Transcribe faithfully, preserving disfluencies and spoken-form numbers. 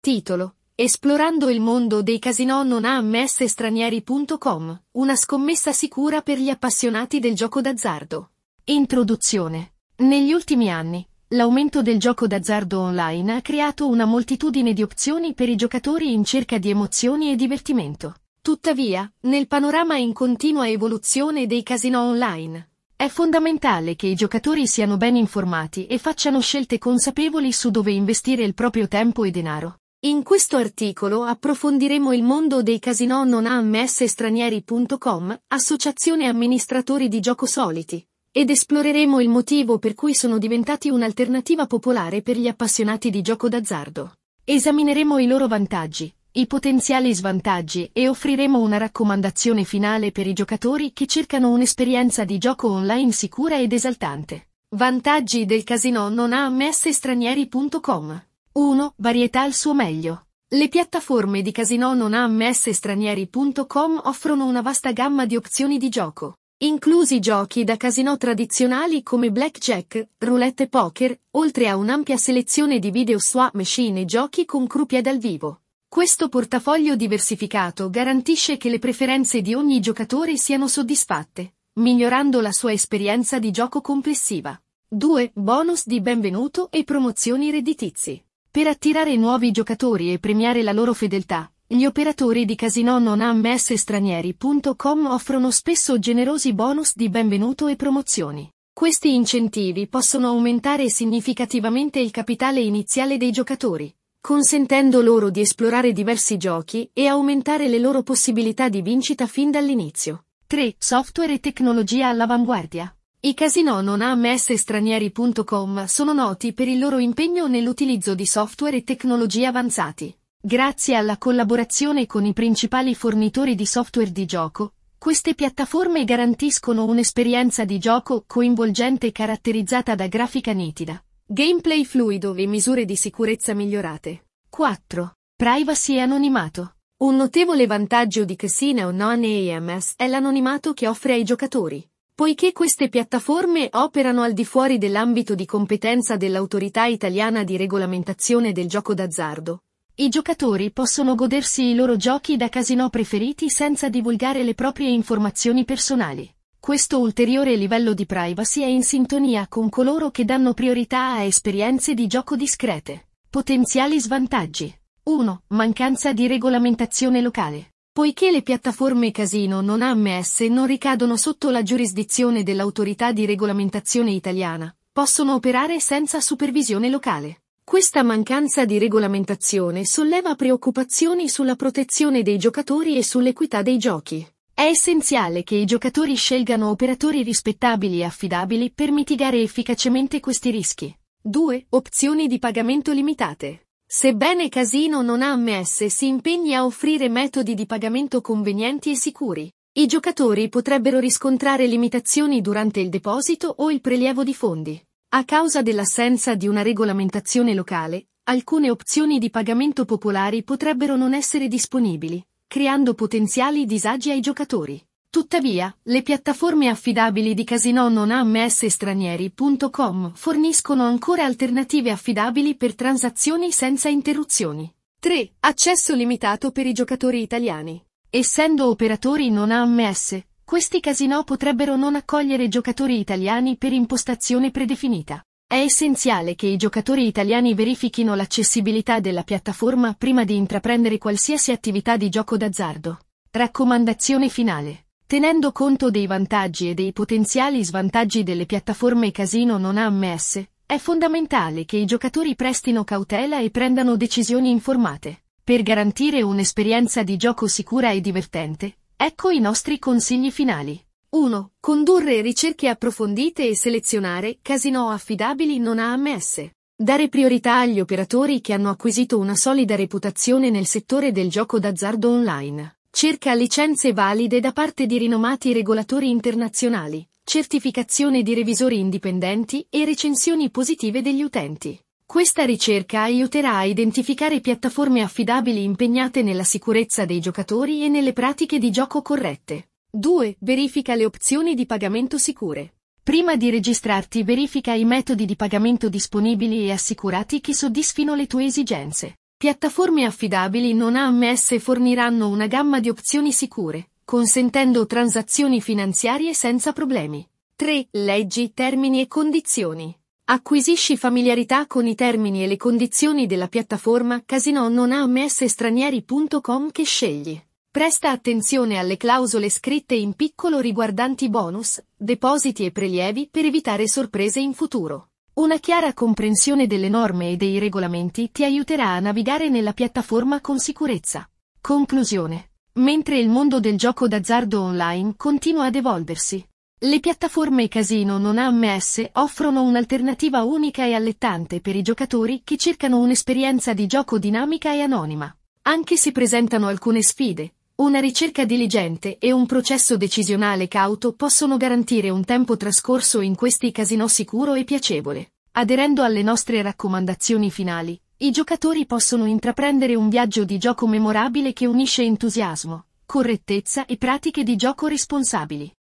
Titolo: Esplorando il mondo dei casinò non ammesse stranieri punto com, una scommessa sicura per gli appassionati del gioco d'azzardo. Introduzione. Negli ultimi anni, l'aumento del gioco d'azzardo online ha creato una moltitudine di opzioni per i giocatori in cerca di emozioni e divertimento. Tuttavia, nel panorama in continua evoluzione dei casinò online, è fondamentale che i giocatori siano ben informati e facciano scelte consapevoli su dove investire il proprio tempo e denaro. In questo articolo approfondiremo il mondo dei casinò non ammesse stranieri punto com, associazione amministratori di gioco soliti, ed esploreremo il motivo per cui sono diventati un'alternativa popolare per gli appassionati di gioco d'azzardo. Esamineremo i loro vantaggi, i potenziali svantaggi e offriremo una raccomandazione finale per i giocatori che cercano un'esperienza di gioco online sicura ed esaltante. Vantaggi del casinò non ammesse stranieri punto com. uno. Varietà al suo meglio. Le piattaforme di casinò non ammesse stranieri punto com offrono una vasta gamma di opzioni di gioco, inclusi giochi da casinò tradizionali come blackjack, roulette e poker, oltre a un'ampia selezione di video swap machine e giochi con croupier dal vivo. Questo portafoglio diversificato garantisce che le preferenze di ogni giocatore siano soddisfatte, migliorando la sua esperienza di gioco complessiva. due. Bonus di benvenuto e promozioni redditizi. Per attirare nuovi giocatori e premiare la loro fedeltà, gli operatori di casinò non ammesse stranieri punto com offrono spesso generosi bonus di benvenuto e promozioni. Questi incentivi possono aumentare significativamente il capitale iniziale dei giocatori, consentendo loro di esplorare diversi giochi e aumentare le loro possibilità di vincita fin dall'inizio. tre. Software e tecnologia all'avanguardia. I casinò non ammesse stranieri punto com sono noti per il loro impegno nell'utilizzo di software e tecnologie avanzati. Grazie alla collaborazione con i principali fornitori di software di gioco, queste piattaforme garantiscono un'esperienza di gioco coinvolgente caratterizzata da grafica nitida, gameplay fluido e misure di sicurezza migliorate. quattro. Privacy e anonimato. Un notevole vantaggio di casinò non ammesse è l'anonimato che offre ai giocatori. Poiché queste piattaforme operano al di fuori dell'ambito di competenza dell'Autorità Italiana di Regolamentazione del Gioco d'Azzardo, i giocatori possono godersi i loro giochi da casinò preferiti senza divulgare le proprie informazioni personali. Questo ulteriore livello di privacy è in sintonia con coloro che danno priorità a esperienze di gioco discrete. Potenziali svantaggi. uno. Mancanza di regolamentazione locale. Poiché le piattaforme casinò non ammesse non ricadono sotto la giurisdizione dell'Autorità di Regolamentazione italiana, possono operare senza supervisione locale. Questa mancanza di regolamentazione solleva preoccupazioni sulla protezione dei giocatori e sull'equità dei giochi. È essenziale che i giocatori scelgano operatori rispettabili e affidabili per mitigare efficacemente questi rischi. due. Opzioni di pagamento limitate. Sebbene casinò non ammesse si impegni a offrire metodi di pagamento convenienti e sicuri, i giocatori potrebbero riscontrare limitazioni durante il deposito o il prelievo di fondi. A causa dell'assenza di una regolamentazione locale, alcune opzioni di pagamento popolari potrebbero non essere disponibili, creando potenziali disagi ai giocatori. Tuttavia, le piattaforme affidabili di casinò non ammesse stranieri punto com forniscono ancora alternative affidabili per transazioni senza interruzioni. tre. Accesso limitato per i giocatori italiani. Essendo operatori non ammesse, questi casinò potrebbero non accogliere giocatori italiani per impostazione predefinita. È essenziale che i giocatori italiani verifichino l'accessibilità della piattaforma prima di intraprendere qualsiasi attività di gioco d'azzardo. Raccomandazione finale. Tenendo conto dei vantaggi e dei potenziali svantaggi delle piattaforme casinò non ammesse, è fondamentale che i giocatori prestino cautela e prendano decisioni informate. Per garantire un'esperienza di gioco sicura e divertente, ecco i nostri consigli finali. uno. Condurre ricerche approfondite e selezionare casinò affidabili non ammesse. Dare priorità agli operatori che hanno acquisito una solida reputazione nel settore del gioco d'azzardo online. Cerca licenze valide da parte di rinomati regolatori internazionali, certificazione di revisori indipendenti e recensioni positive degli utenti. Questa ricerca aiuterà a identificare piattaforme affidabili impegnate nella sicurezza dei giocatori e nelle pratiche di gioco corrette. due. Verifica le opzioni di pagamento sicure. Prima di registrarti verifica i metodi di pagamento disponibili e assicurati che soddisfino le tue esigenze. Piattaforme affidabili non A M S forniranno una gamma di opzioni sicure, consentendo transazioni finanziarie senza problemi. tre. Leggi, termini e condizioni. Acquisisci familiarità con i termini e le condizioni della piattaforma casino non A M S stranieri punto com che scegli. Presta attenzione alle clausole scritte in piccolo riguardanti bonus, depositi e prelievi per evitare sorprese in futuro. Una chiara comprensione delle norme e dei regolamenti ti aiuterà a navigare nella piattaforma con sicurezza. Conclusione. Mentre il mondo del gioco d'azzardo online continua ad evolversi, le piattaforme casino non A M S offrono un'alternativa unica e allettante per i giocatori che cercano un'esperienza di gioco dinamica e anonima. Anche se presentano alcune sfide, una ricerca diligente e un processo decisionale cauto possono garantire un tempo trascorso in questi casinò sicuro e piacevole. Aderendo alle nostre raccomandazioni finali, i giocatori possono intraprendere un viaggio di gioco memorabile che unisce entusiasmo, correttezza e pratiche di gioco responsabili.